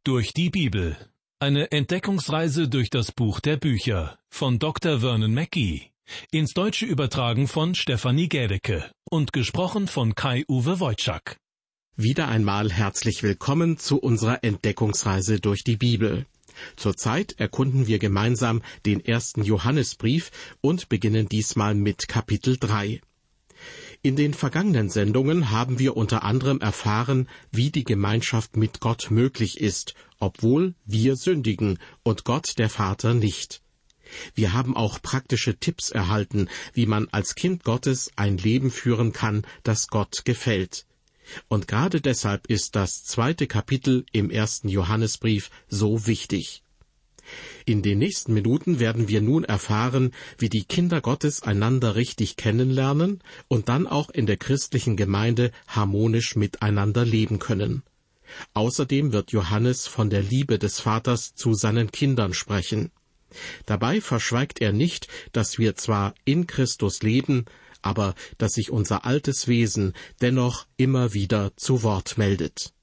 Durch die Bibel. Eine Entdeckungsreise durch das Buch der Bücher von Dr. Vernon Mackey. Ins Deutsche übertragen von Stefanie Gädecke und gesprochen von Kai-Uwe Wojczak. Wieder einmal herzlich willkommen zu unserer Entdeckungsreise durch die Bibel. Zurzeit erkunden wir gemeinsam den 1. Johannesbrief und beginnen diesmal mit Kapitel 3. In den vergangenen Sendungen haben wir unter anderem erfahren, wie die Gemeinschaft mit Gott möglich ist, obwohl wir sündigen und Gott der Vater nicht. Wir haben auch praktische Tipps erhalten, wie man als Kind Gottes ein Leben führen kann, das Gott gefällt. Und gerade deshalb ist das 2. Kapitel im 1. Johannesbrief so wichtig. In den nächsten Minuten werden wir nun erfahren, wie die Kinder Gottes einander richtig kennenlernen und dann auch in der christlichen Gemeinde harmonisch miteinander leben können. Außerdem wird Johannes von der Liebe des Vaters zu seinen Kindern sprechen. Dabei verschweigt er nicht, dass wir zwar in Christus leben, aber dass sich unser altes Wesen dennoch immer wieder zu Wort meldet.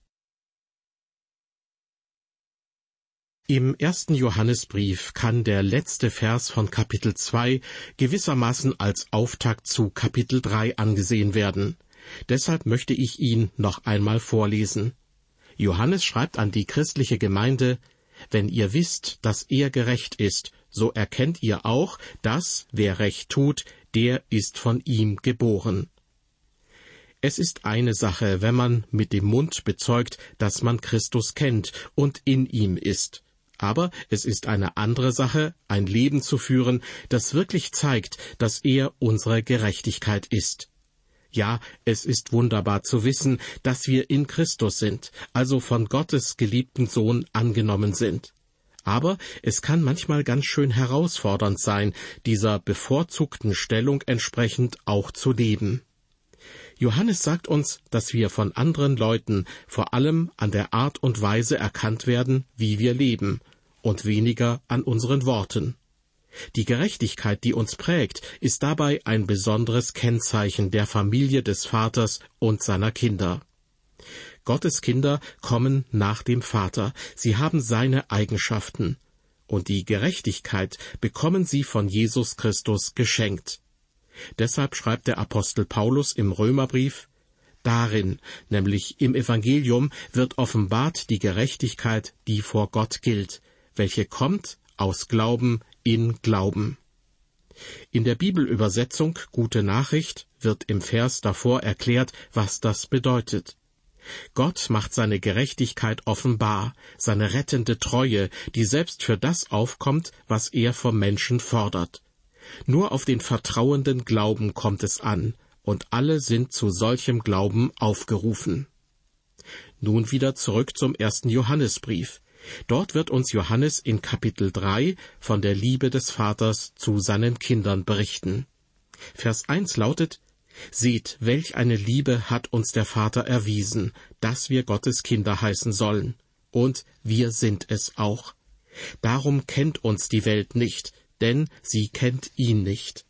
Im 1. Johannesbrief kann der letzte Vers von Kapitel 2 gewissermaßen als Auftakt zu Kapitel 3 angesehen werden. Deshalb möchte ich ihn noch einmal vorlesen. Johannes schreibt an die christliche Gemeinde: Wenn ihr wisst, dass er gerecht ist, so erkennt ihr auch, dass, wer Recht tut, der ist von ihm geboren. Es ist eine Sache, wenn man mit dem Mund bezeugt, dass man Christus kennt und in ihm ist. Aber es ist eine andere Sache, ein Leben zu führen, das wirklich zeigt, dass er unsere Gerechtigkeit ist. Ja, es ist wunderbar zu wissen, dass wir in Christus sind, also von Gottes geliebten Sohn angenommen sind. Aber es kann manchmal ganz schön herausfordernd sein, dieser bevorzugten Stellung entsprechend auch zu leben. Johannes sagt uns, dass wir von anderen Leuten vor allem an der Art und Weise erkannt werden, wie wir leben, und weniger an unseren Worten. Die Gerechtigkeit, die uns prägt, ist dabei ein besonderes Kennzeichen der Familie des Vaters und seiner Kinder. Gottes Kinder kommen nach dem Vater, sie haben seine Eigenschaften, und die Gerechtigkeit bekommen sie von Jesus Christus geschenkt. Deshalb schreibt der Apostel Paulus im Römerbrief: Darin, nämlich im Evangelium, wird offenbart die Gerechtigkeit, die vor Gott gilt, welche kommt aus Glauben in Glauben. In der Bibelübersetzung Gute Nachricht wird im Vers davor erklärt, was das bedeutet. Gott macht seine Gerechtigkeit offenbar, seine rettende Treue, die selbst für das aufkommt, was er vom Menschen fordert. Nur auf den vertrauenden Glauben kommt es an, und alle sind zu solchem Glauben aufgerufen. Nun wieder zurück zum 1. Johannesbrief. Dort wird uns Johannes in Kapitel 3 von der Liebe des Vaters zu seinen Kindern berichten. Vers 1 lautet: Seht, welch eine Liebe hat uns der Vater erwiesen, dass wir Gottes Kinder heißen sollen. Und wir sind es auch. Darum kennt uns die Welt nicht, denn sie kennt ihn nicht.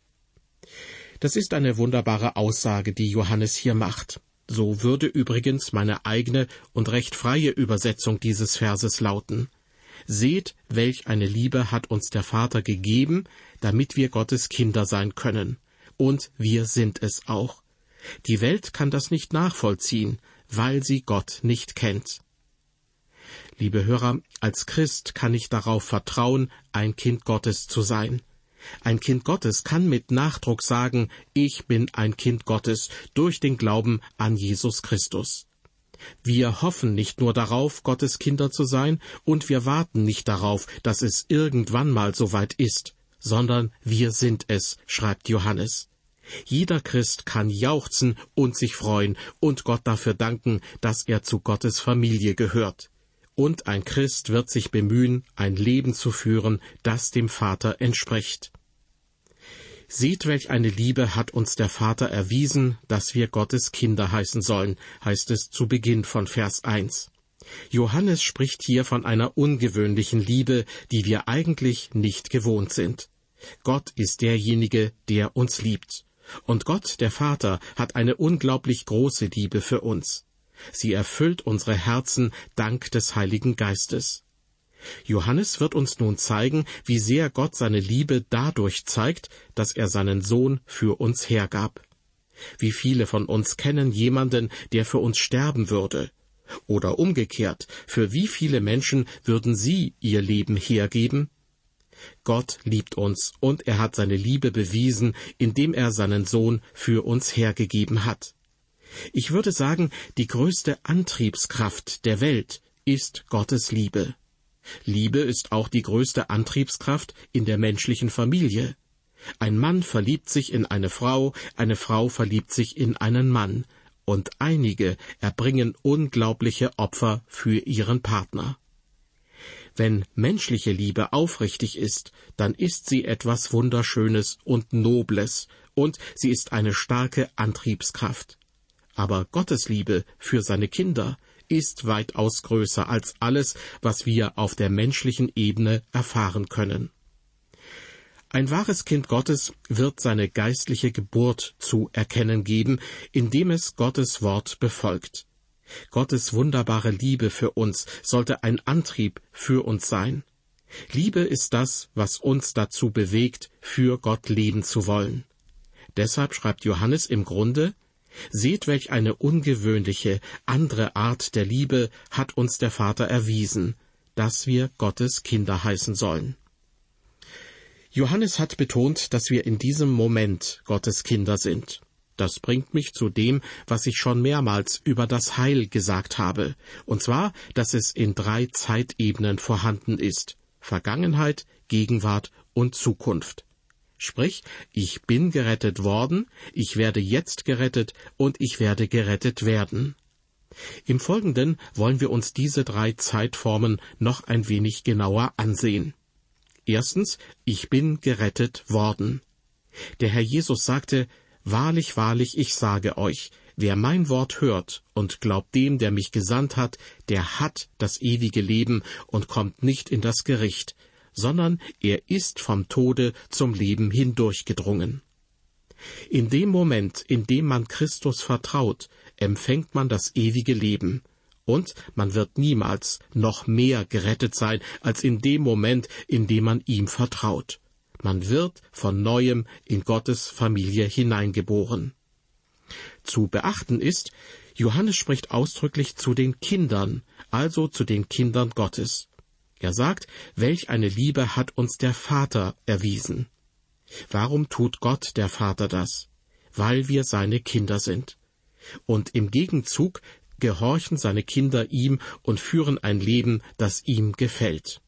Das ist eine wunderbare Aussage, die Johannes hier macht. So würde übrigens meine eigene und recht freie Übersetzung dieses Verses lauten: Seht, welch eine Liebe hat uns der Vater gegeben, damit wir Gottes Kinder sein können. Und wir sind es auch. Die Welt kann das nicht nachvollziehen, weil sie Gott nicht kennt. Liebe Hörer, als Christ kann ich darauf vertrauen, ein Kind Gottes zu sein. Ein Kind Gottes kann mit Nachdruck sagen: Ich bin ein Kind Gottes durch den Glauben an Jesus Christus. Wir hoffen nicht nur darauf, Gottes Kinder zu sein, und wir warten nicht darauf, dass es irgendwann mal soweit ist, sondern wir sind es, schreibt Johannes. Jeder Christ kann jauchzen und sich freuen und Gott dafür danken, dass er zu Gottes Familie gehört. Und ein Christ wird sich bemühen, ein Leben zu führen, das dem Vater entspricht. Seht, welch eine Liebe hat uns der Vater erwiesen, dass wir Gottes Kinder heißen sollen, heißt es zu Beginn von Vers 1. Johannes spricht hier von einer ungewöhnlichen Liebe, die wir eigentlich nicht gewohnt sind. Gott ist derjenige, der uns liebt. Und Gott, der Vater, hat eine unglaublich große Liebe für uns. Sie erfüllt unsere Herzen dank des Heiligen Geistes. Johannes wird uns nun zeigen, wie sehr Gott seine Liebe dadurch zeigt, dass er seinen Sohn für uns hergab. Wie viele von uns kennen jemanden, der für uns sterben würde? Oder umgekehrt, für wie viele Menschen würden sie ihr Leben hergeben? Gott liebt uns, und er hat seine Liebe bewiesen, indem er seinen Sohn für uns hergegeben hat. Ich würde sagen, die größte Antriebskraft der Welt ist Gottes Liebe. Liebe ist auch die größte Antriebskraft in der menschlichen Familie. Ein Mann verliebt sich in eine Frau verliebt sich in einen Mann, und einige erbringen unglaubliche Opfer für ihren Partner. Wenn menschliche Liebe aufrichtig ist, dann ist sie etwas Wunderschönes und Nobles, und sie ist eine starke Antriebskraft. Aber Gottes Liebe für seine Kinder ist weitaus größer als alles, was wir auf der menschlichen Ebene erfahren können. Ein wahres Kind Gottes wird seine geistliche Geburt zu erkennen geben, indem es Gottes Wort befolgt. Gottes wunderbare Liebe für uns sollte ein Antrieb für uns sein. Liebe ist das, was uns dazu bewegt, für Gott leben zu wollen. Deshalb schreibt Johannes im Grunde: Seht, welch eine ungewöhnliche, andere Art der Liebe hat uns der Vater erwiesen, dass wir Gottes Kinder heißen sollen. Johannes hat betont, dass wir in diesem Moment Gottes Kinder sind. Das bringt mich zu dem, was ich schon mehrmals über das Heil gesagt habe, und zwar, dass es in 3 Zeitebenen vorhanden ist: Vergangenheit, Gegenwart und Zukunft. Sprich, ich bin gerettet worden, ich werde jetzt gerettet und ich werde gerettet werden. Im Folgenden wollen wir uns diese 3 Zeitformen noch ein wenig genauer ansehen. Erstens, ich bin gerettet worden. Der Herr Jesus sagte: Wahrlich, wahrlich, ich sage euch, wer mein Wort hört und glaubt dem, der mich gesandt hat, der hat das ewige Leben und kommt nicht in das Gericht, sondern er ist vom Tode zum Leben hindurchgedrungen. In dem Moment, in dem man Christus vertraut, empfängt man das ewige Leben, und man wird niemals noch mehr gerettet sein, als in dem Moment, in dem man ihm vertraut. Man wird von Neuem in Gottes Familie hineingeboren. Zu beachten ist, Johannes spricht ausdrücklich zu den Kindern, also zu den Kindern Gottes. Er sagt, welch eine Liebe hat uns der Vater erwiesen. Warum tut Gott, der Vater, das? Weil wir seine Kinder sind. Und im Gegenzug gehorchen seine Kinder ihm und führen ein Leben, das ihm gefällt.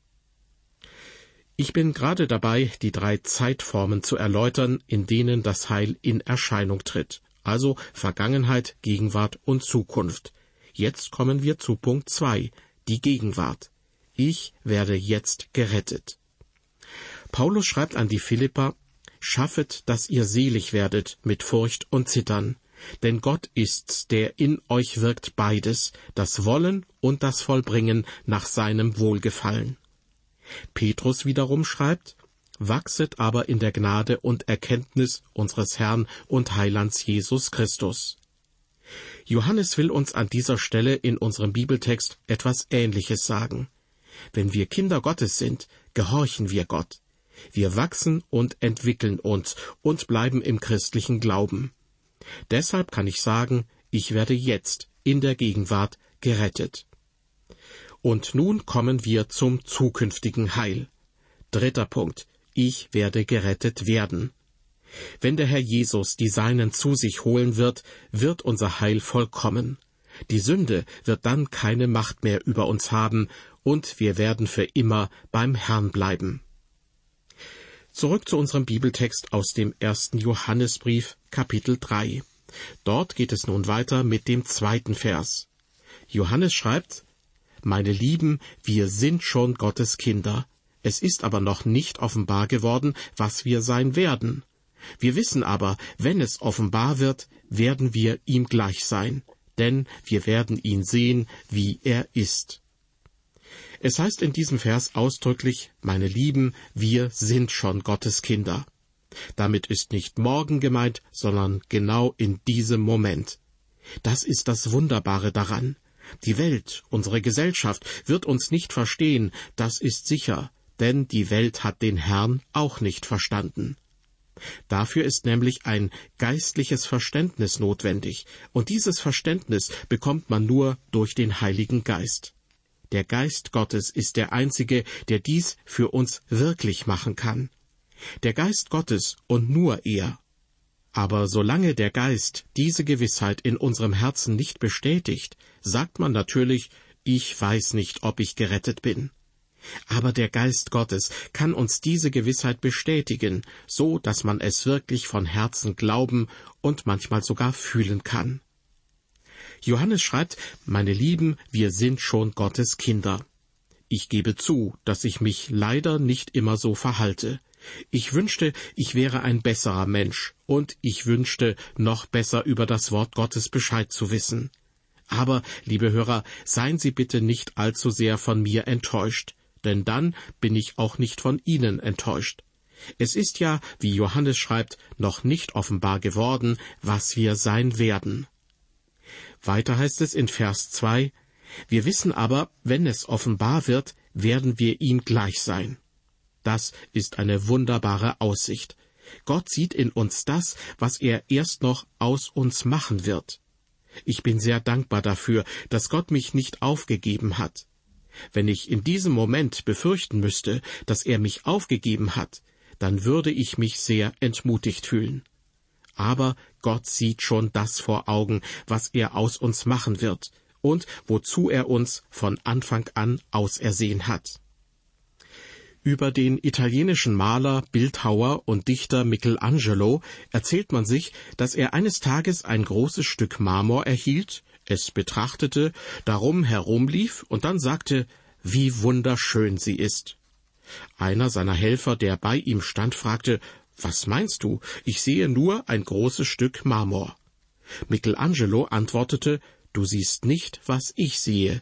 Ich bin gerade dabei, die 3 Zeitformen zu erläutern, in denen das Heil in Erscheinung tritt, also Vergangenheit, Gegenwart und Zukunft. Jetzt kommen wir zu Punkt 2, die Gegenwart. Ich werde jetzt gerettet. Paulus schreibt an die Philipper: Schaffet, dass ihr selig werdet mit Furcht und Zittern, denn Gott ist's, der in euch wirkt beides, das Wollen und das Vollbringen nach seinem Wohlgefallen. Petrus wiederum schreibt: Wachset aber in der Gnade und Erkenntnis unseres Herrn und Heilands Jesus Christus. Johannes will uns an dieser Stelle in unserem Bibeltext etwas Ähnliches sagen. Wenn wir Kinder Gottes sind, gehorchen wir Gott. Wir wachsen und entwickeln uns und bleiben im christlichen Glauben. Deshalb kann ich sagen, ich werde jetzt in der Gegenwart gerettet. Und nun kommen wir zum zukünftigen Heil. 3. Punkt. Ich werde gerettet werden. Wenn der Herr Jesus die Seinen zu sich holen wird, wird unser Heil vollkommen. Die Sünde wird dann keine Macht mehr über uns haben, und wir werden für immer beim Herrn bleiben. Zurück zu unserem Bibeltext aus dem 1. Johannesbrief, Kapitel 3. Dort geht es nun weiter mit dem 2. Vers. Johannes schreibt: Meine Lieben, wir sind schon Gottes Kinder. Es ist aber noch nicht offenbar geworden, was wir sein werden. Wir wissen aber, wenn es offenbar wird, werden wir ihm gleich sein, denn wir werden ihn sehen, wie er ist. Es heißt in diesem Vers ausdrücklich: Meine Lieben, wir sind schon Gottes Kinder. Damit ist nicht morgen gemeint, sondern genau in diesem Moment. Das ist das Wunderbare daran. Die Welt, unsere Gesellschaft, wird uns nicht verstehen, das ist sicher, denn die Welt hat den Herrn auch nicht verstanden. Dafür ist nämlich ein geistliches Verständnis notwendig, und dieses Verständnis bekommt man nur durch den Heiligen Geist. Der Geist Gottes ist der Einzige, der dies für uns wirklich machen kann. Der Geist Gottes und nur er. Aber solange der Geist diese Gewissheit in unserem Herzen nicht bestätigt, sagt man natürlich, ich weiß nicht, ob ich gerettet bin. Aber der Geist Gottes kann uns diese Gewissheit bestätigen, so dass man es wirklich von Herzen glauben und manchmal sogar fühlen kann. Johannes schreibt, meine Lieben, wir sind schon Gottes Kinder. Ich gebe zu, dass ich mich leider nicht immer so verhalte. Ich wünschte, ich wäre ein besserer Mensch, und ich wünschte, noch besser über das Wort Gottes Bescheid zu wissen. Aber, liebe Hörer, seien Sie bitte nicht allzu sehr von mir enttäuscht, denn dann bin ich auch nicht von Ihnen enttäuscht. Es ist ja, wie Johannes schreibt, noch nicht offenbar geworden, was wir sein werden. Weiter heißt es in Vers 2, wir wissen aber, wenn es offenbar wird, werden wir ihm gleich sein. Das ist eine wunderbare Aussicht. Gott sieht in uns das, was er erst noch aus uns machen wird. Ich bin sehr dankbar dafür, dass Gott mich nicht aufgegeben hat. Wenn ich in diesem Moment befürchten müsste, dass er mich aufgegeben hat, dann würde ich mich sehr entmutigt fühlen. Aber Gott sieht schon das vor Augen, was er aus uns machen wird und wozu er uns von Anfang an ausersehen hat. Über den italienischen Maler, Bildhauer und Dichter Michelangelo erzählt man sich, dass er eines Tages ein großes Stück Marmor erhielt, es betrachtete, darum herumlief und dann sagte, wie wunderschön sie ist. Einer seiner Helfer, der bei ihm stand, fragte, was meinst du? Ich sehe nur ein großes Stück Marmor. Michelangelo antwortete, du siehst nicht, was ich sehe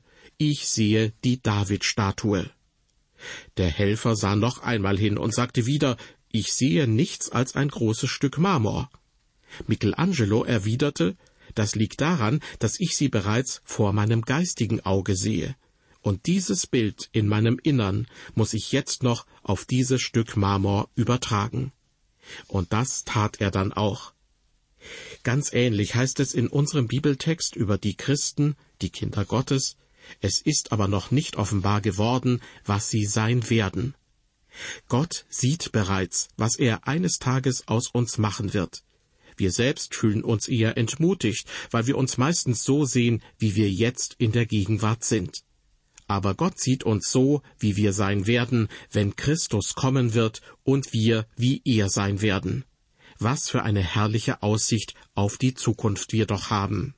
die David-Statue. Der Helfer sah noch einmal hin und sagte wieder, ich sehe nichts als ein großes Stück Marmor. Michelangelo erwiderte, das liegt daran, dass ich sie bereits vor meinem geistigen Auge sehe. Und dieses Bild in meinem Innern muss ich jetzt noch auf dieses Stück Marmor übertragen. Und das tat er dann auch. Ganz ähnlich heißt es in unserem Bibeltext über die Christen, die Kinder Gottes, es ist aber noch nicht offenbar geworden, was sie sein werden. Gott sieht bereits, was er eines Tages aus uns machen wird. Wir selbst fühlen uns eher entmutigt, weil wir uns meistens so sehen, wie wir jetzt in der Gegenwart sind. Aber Gott sieht uns so, wie wir sein werden, wenn Christus kommen wird und wir wie er sein werden. Was für eine herrliche Aussicht auf die Zukunft wir doch haben.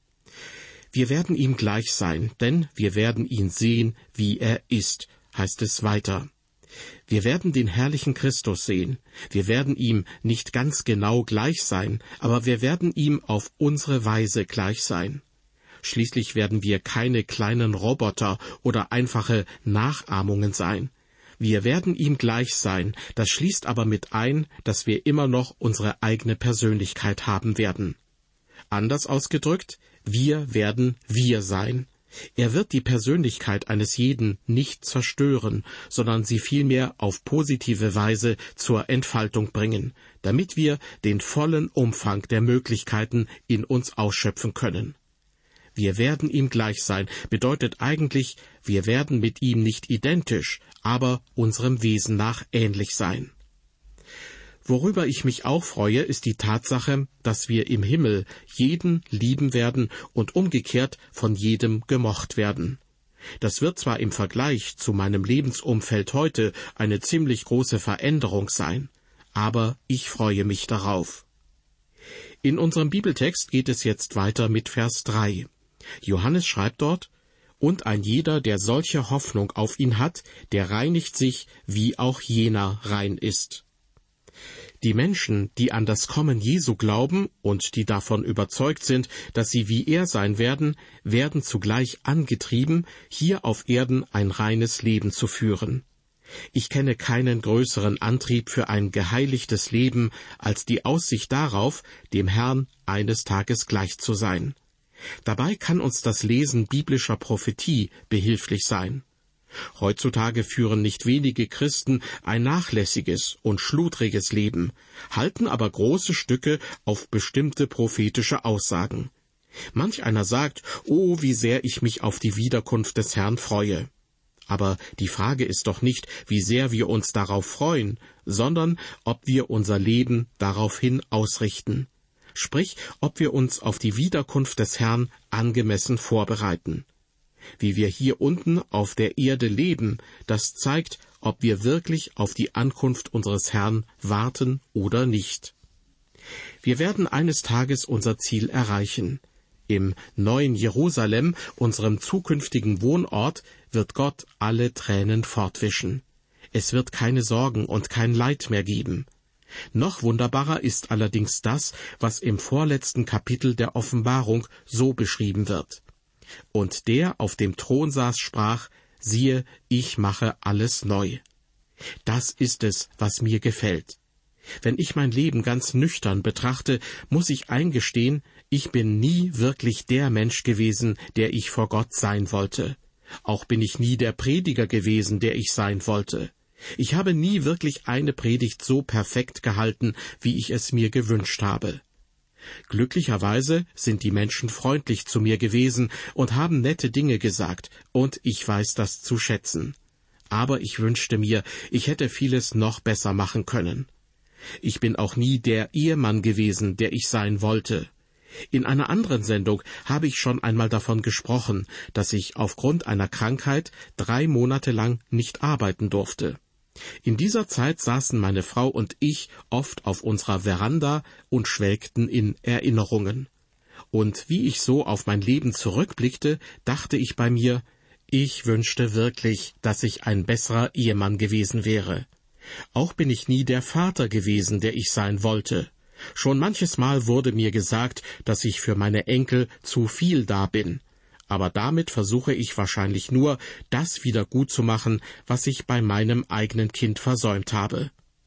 Wir werden ihm gleich sein, denn wir werden ihn sehen, wie er ist, heißt es weiter. Wir werden den herrlichen Christus sehen. Wir werden ihm nicht ganz genau gleich sein, aber wir werden ihm auf unsere Weise gleich sein. Schließlich werden wir keine kleinen Roboter oder einfache Nachahmungen sein. Wir werden ihm gleich sein, das schließt aber mit ein, dass wir immer noch unsere eigene Persönlichkeit haben werden. Anders ausgedrückt, wir werden wir sein. Er wird die Persönlichkeit eines jeden nicht zerstören, sondern sie vielmehr auf positive Weise zur Entfaltung bringen, damit wir den vollen Umfang der Möglichkeiten in uns ausschöpfen können. Wir werden ihm gleich sein, bedeutet eigentlich, wir werden mit ihm nicht identisch, aber unserem Wesen nach ähnlich sein. Worüber ich mich auch freue, ist die Tatsache, dass wir im Himmel jeden lieben werden und umgekehrt von jedem gemocht werden. Das wird zwar im Vergleich zu meinem Lebensumfeld heute eine ziemlich große Veränderung sein, aber ich freue mich darauf. In unserem Bibeltext geht es jetzt weiter mit Vers 3. Johannes schreibt dort, und ein jeder, der solche Hoffnung auf ihn hat, der reinigt sich, wie auch jener rein ist. Die Menschen, die an das Kommen Jesu glauben und die davon überzeugt sind, dass sie wie er sein werden, werden zugleich angetrieben, hier auf Erden ein reines Leben zu führen. Ich kenne keinen größeren Antrieb für ein geheiligtes Leben als die Aussicht darauf, dem Herrn eines Tages gleich zu sein. Dabei kann uns das Lesen biblischer Prophetie behilflich sein. Heutzutage führen nicht wenige Christen ein nachlässiges und schludriges Leben, halten aber große Stücke auf bestimmte prophetische Aussagen. Manch einer sagt, oh, wie sehr ich mich auf die Wiederkunft des Herrn freue. Aber die Frage ist doch nicht, wie sehr wir uns darauf freuen, sondern ob wir unser Leben daraufhin ausrichten. Sprich, ob wir uns auf die Wiederkunft des Herrn angemessen vorbereiten. Wie wir hier unten auf der Erde leben, das zeigt, ob wir wirklich auf die Ankunft unseres Herrn warten oder nicht. Wir werden eines Tages unser Ziel erreichen. Im neuen Jerusalem, unserem zukünftigen Wohnort, wird Gott alle Tränen fortwischen. Es wird keine Sorgen und kein Leid mehr geben. Noch wunderbarer ist allerdings das, was im vorletzten Kapitel der Offenbarung so beschrieben wird. Und der auf dem Thron saß, sprach, siehe, ich mache alles neu. Das ist es, was mir gefällt. Wenn ich mein Leben ganz nüchtern betrachte, muss ich eingestehen, ich bin nie wirklich der Mensch gewesen, der ich vor Gott sein wollte. Auch bin ich nie der Prediger gewesen, der ich sein wollte. Ich habe nie wirklich eine Predigt so perfekt gehalten, wie ich es mir gewünscht habe. Glücklicherweise sind die Menschen freundlich zu mir gewesen und haben nette Dinge gesagt, und ich weiß das zu schätzen. Aber ich wünschte mir, ich hätte vieles noch besser machen können. Ich bin auch nie der Ehemann gewesen, der ich sein wollte. In einer anderen Sendung habe ich schon einmal davon gesprochen, dass ich aufgrund einer Krankheit 3 Monate lang nicht arbeiten durfte. In dieser Zeit saßen meine Frau und ich oft auf unserer Veranda und schwelgten in Erinnerungen. Und wie ich so auf mein Leben zurückblickte, dachte ich bei mir, ich wünschte wirklich, dass ich ein besserer Ehemann gewesen wäre. Auch bin ich nie der Vater gewesen, der ich sein wollte. Schon manches Mal wurde mir gesagt, dass ich für meine Enkel zu viel da bin. Aber damit versuche ich wahrscheinlich nur, das wieder gut zu machen, was ich bei meinem eigenen Kind versäumt habe.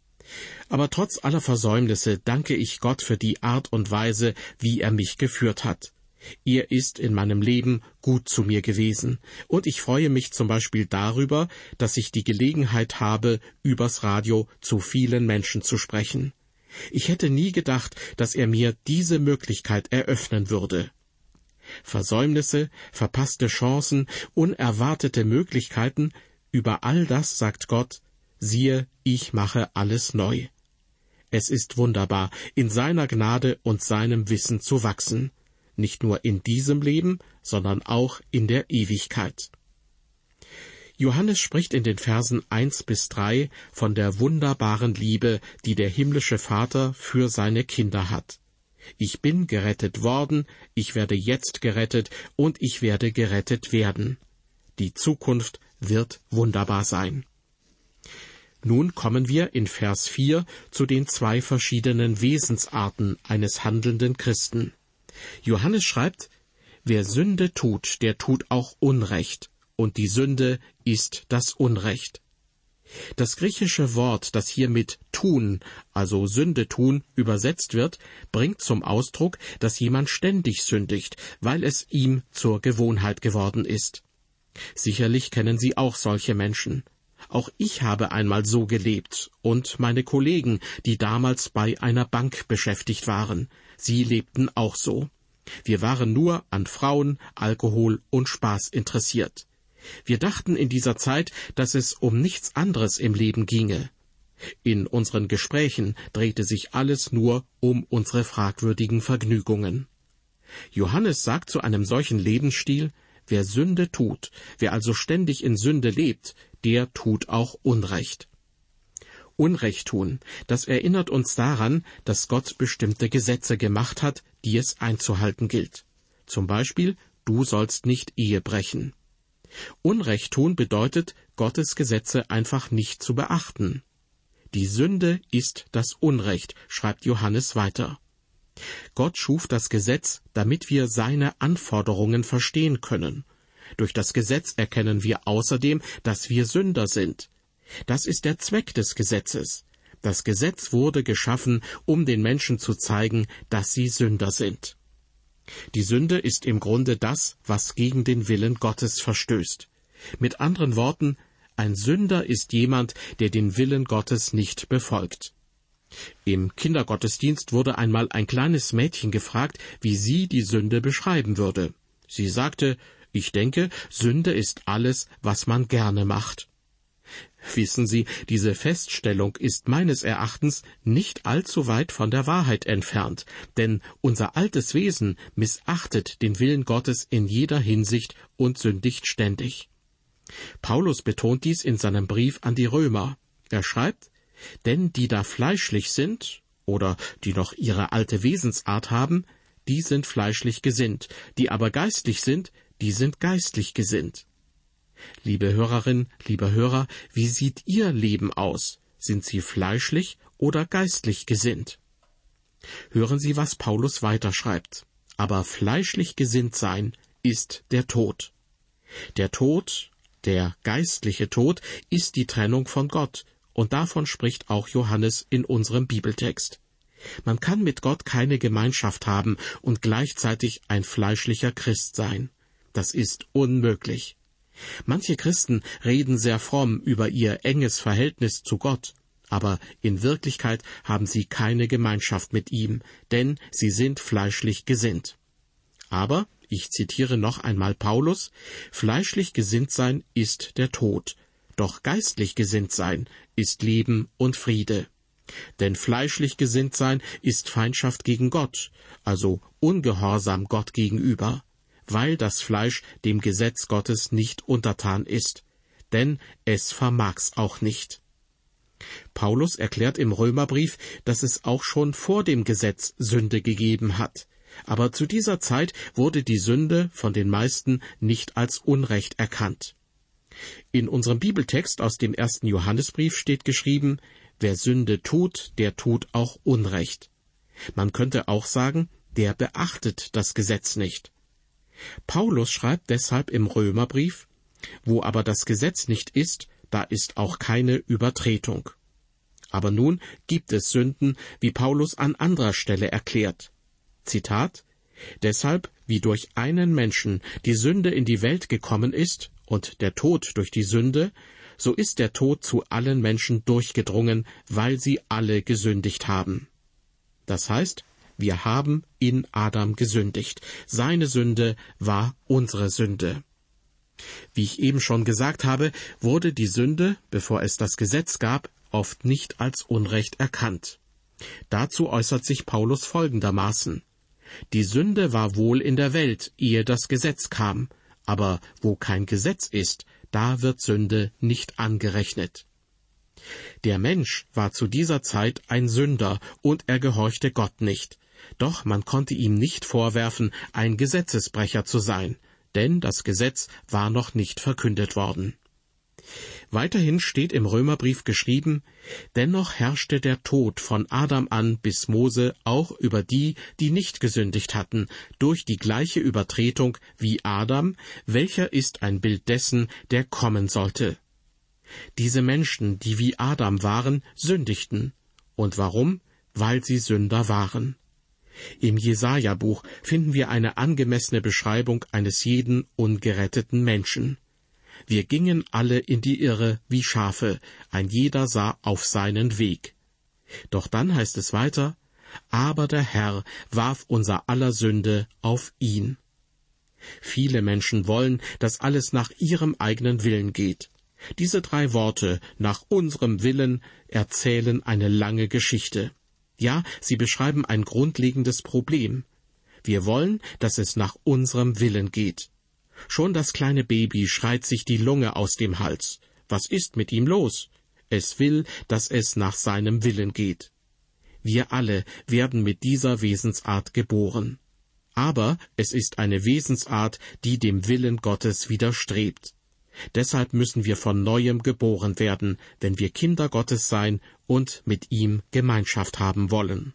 Aber trotz aller Versäumnisse danke ich Gott für die Art und Weise, wie er mich geführt hat. Er ist in meinem Leben gut zu mir gewesen, und ich freue mich zum Beispiel darüber, dass ich die Gelegenheit habe, übers Radio zu vielen Menschen zu sprechen. Ich hätte nie gedacht, dass er mir diese Möglichkeit eröffnen würde. Versäumnisse, verpasste Chancen, unerwartete Möglichkeiten, über all das sagt Gott, siehe, ich mache alles neu. Es ist wunderbar, in seiner Gnade und seinem Wissen zu wachsen, nicht nur in diesem Leben, sondern auch in der Ewigkeit. Johannes spricht in den Versen 1-3 von der wunderbaren Liebe, die der himmlische Vater für seine Kinder hat. Ich bin gerettet worden, ich werde jetzt gerettet und ich werde gerettet werden. Die Zukunft wird wunderbar sein. Nun kommen wir in Vers 4 zu den 2 verschiedenen Wesensarten eines handelnden Christen. Johannes schreibt, wer Sünde tut, der tut auch Unrecht, und die Sünde ist das Unrecht. Das griechische Wort, das hier mit tun, also Sünde tun, übersetzt wird, bringt zum Ausdruck, dass jemand ständig sündigt, weil es ihm zur Gewohnheit geworden ist. Sicherlich kennen Sie auch solche Menschen. Auch ich habe einmal so gelebt, und meine Kollegen, die damals bei einer Bank beschäftigt waren, sie lebten auch so. Wir waren nur an Frauen, Alkohol und Spaß interessiert. Wir dachten in dieser Zeit, dass es um nichts anderes im Leben ginge. In unseren Gesprächen drehte sich alles nur um unsere fragwürdigen Vergnügungen. Johannes sagt zu einem solchen Lebensstil, wer Sünde tut, wer also ständig in Sünde lebt, der tut auch Unrecht. Unrecht tun, das erinnert uns daran, dass Gott bestimmte Gesetze gemacht hat, die es einzuhalten gilt. Zum Beispiel, du sollst nicht Ehe brechen. Unrecht tun bedeutet, Gottes Gesetze einfach nicht zu beachten. Die Sünde ist das Unrecht, schreibt Johannes weiter. Gott schuf das Gesetz, damit wir seine Anforderungen verstehen können. Durch das Gesetz erkennen wir außerdem, dass wir Sünder sind. Das ist der Zweck des Gesetzes. Das Gesetz wurde geschaffen, um den Menschen zu zeigen, dass sie Sünder sind. Die Sünde ist im Grunde das, was gegen den Willen Gottes verstößt. Mit anderen Worten, ein Sünder ist jemand, der den Willen Gottes nicht befolgt. Im Kindergottesdienst wurde einmal ein kleines Mädchen gefragt, wie sie die Sünde beschreiben würde. Sie sagte, ich denke, Sünde ist alles, was man gerne macht. Wissen Sie, diese Feststellung ist meines Erachtens nicht allzu weit von der Wahrheit entfernt, denn unser altes Wesen missachtet den Willen Gottes in jeder Hinsicht und sündigt ständig. Paulus betont dies in seinem Brief an die Römer. Er schreibt, denn die da fleischlich sind, oder die noch ihre alte Wesensart haben, die sind fleischlich gesinnt, die aber geistlich sind, die sind geistlich gesinnt. Liebe Hörerin, lieber Hörer, wie sieht Ihr Leben aus? Sind Sie fleischlich oder geistlich gesinnt? Hören Sie, was Paulus weiterschreibt. Aber fleischlich gesinnt sein ist der Tod. Der Tod, der geistliche Tod, ist die Trennung von Gott, und davon spricht auch Johannes in unserem Bibeltext. Man kann mit Gott keine Gemeinschaft haben und gleichzeitig ein fleischlicher Christ sein. Das ist unmöglich. Manche Christen reden sehr fromm über ihr enges Verhältnis zu Gott, aber in Wirklichkeit haben sie keine Gemeinschaft mit ihm, denn sie sind fleischlich gesinnt. Aber, ich zitiere noch einmal Paulus, fleischlich gesinnt sein ist der Tod, doch geistlich gesinnt sein ist Leben und Friede. Denn fleischlich gesinnt sein ist Feindschaft gegen Gott, also Ungehorsam Gott gegenüber, weil das Fleisch dem Gesetz Gottes nicht untertan ist, denn es vermag's auch nicht. Paulus erklärt im Römerbrief, dass es auch schon vor dem Gesetz Sünde gegeben hat, aber zu dieser Zeit wurde die Sünde von den meisten nicht als Unrecht erkannt. In unserem Bibeltext aus dem 1. Johannesbrief steht geschrieben, wer Sünde tut, der tut auch Unrecht. Man könnte auch sagen, der beachtet das Gesetz nicht. Paulus schreibt deshalb im Römerbrief, wo aber das Gesetz nicht ist, da ist auch keine Übertretung. Aber nun gibt es Sünden, wie Paulus an anderer Stelle erklärt. Zitat, deshalb, wie durch einen Menschen die Sünde in die Welt gekommen ist und der Tod durch die Sünde, so ist der Tod zu allen Menschen durchgedrungen, weil sie alle gesündigt haben. Das heißt, wir haben in Adam gesündigt. Seine Sünde war unsere Sünde. Wie ich eben schon gesagt habe, wurde die Sünde, bevor es das Gesetz gab, oft nicht als Unrecht erkannt. Dazu äußert sich Paulus folgendermaßen. Die Sünde war wohl in der Welt, ehe das Gesetz kam, aber wo kein Gesetz ist, da wird Sünde nicht angerechnet. Der Mensch war zu dieser Zeit ein Sünder und er gehorchte Gott nicht. Doch man konnte ihm nicht vorwerfen, ein Gesetzesbrecher zu sein, denn das Gesetz war noch nicht verkündet worden. Weiterhin steht im Römerbrief geschrieben, dennoch herrschte der Tod von Adam an bis Mose auch über die, die nicht gesündigt hatten, durch die gleiche Übertretung wie Adam, welcher ist ein Bild dessen, der kommen sollte. Diese Menschen, die wie Adam waren, sündigten. Und warum? Weil sie Sünder waren. Im Jesaja-Buch finden wir eine angemessene Beschreibung eines jeden ungeretteten Menschen. Wir gingen alle in die Irre wie Schafe, ein jeder sah auf seinen Weg. Doch dann heißt es weiter, aber der Herr warf unser aller Sünde auf ihn. Viele Menschen wollen, dass alles nach ihrem eigenen Willen geht. Diese 3 Worte, nach unserem Willen, erzählen eine lange Geschichte. Ja, sie beschreiben ein grundlegendes Problem. Wir wollen, dass es nach unserem Willen geht. Schon das kleine Baby schreit sich die Lunge aus dem Hals. Was ist mit ihm los? Es will, dass es nach seinem Willen geht. Wir alle werden mit dieser Wesensart geboren. Aber es ist eine Wesensart, die dem Willen Gottes widerstrebt. Deshalb müssen wir von Neuem geboren werden, wenn wir Kinder Gottes sein und mit ihm Gemeinschaft haben wollen.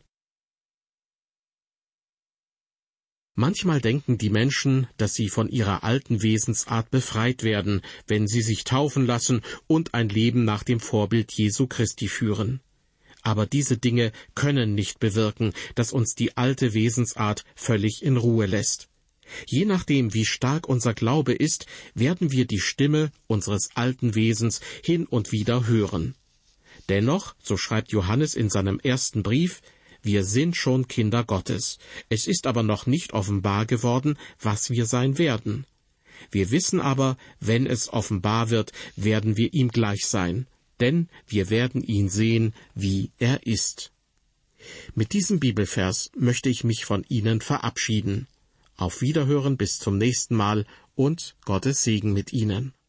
Manchmal denken die Menschen, dass sie von ihrer alten Wesensart befreit werden, wenn sie sich taufen lassen und ein Leben nach dem Vorbild Jesu Christi führen. Aber diese Dinge können nicht bewirken, dass uns die alte Wesensart völlig in Ruhe lässt. Je nachdem, wie stark unser Glaube ist, werden wir die Stimme unseres alten Wesens hin und wieder hören. Dennoch, so schreibt Johannes in seinem ersten Brief, wir sind schon Kinder Gottes. Es ist aber noch nicht offenbar geworden, was wir sein werden. Wir wissen aber, wenn es offenbar wird, werden wir ihm gleich sein, denn wir werden ihn sehen, wie er ist. Mit diesem Bibelvers möchte ich mich von Ihnen verabschieden. Auf Wiederhören bis zum nächsten Mal und Gottes Segen mit Ihnen.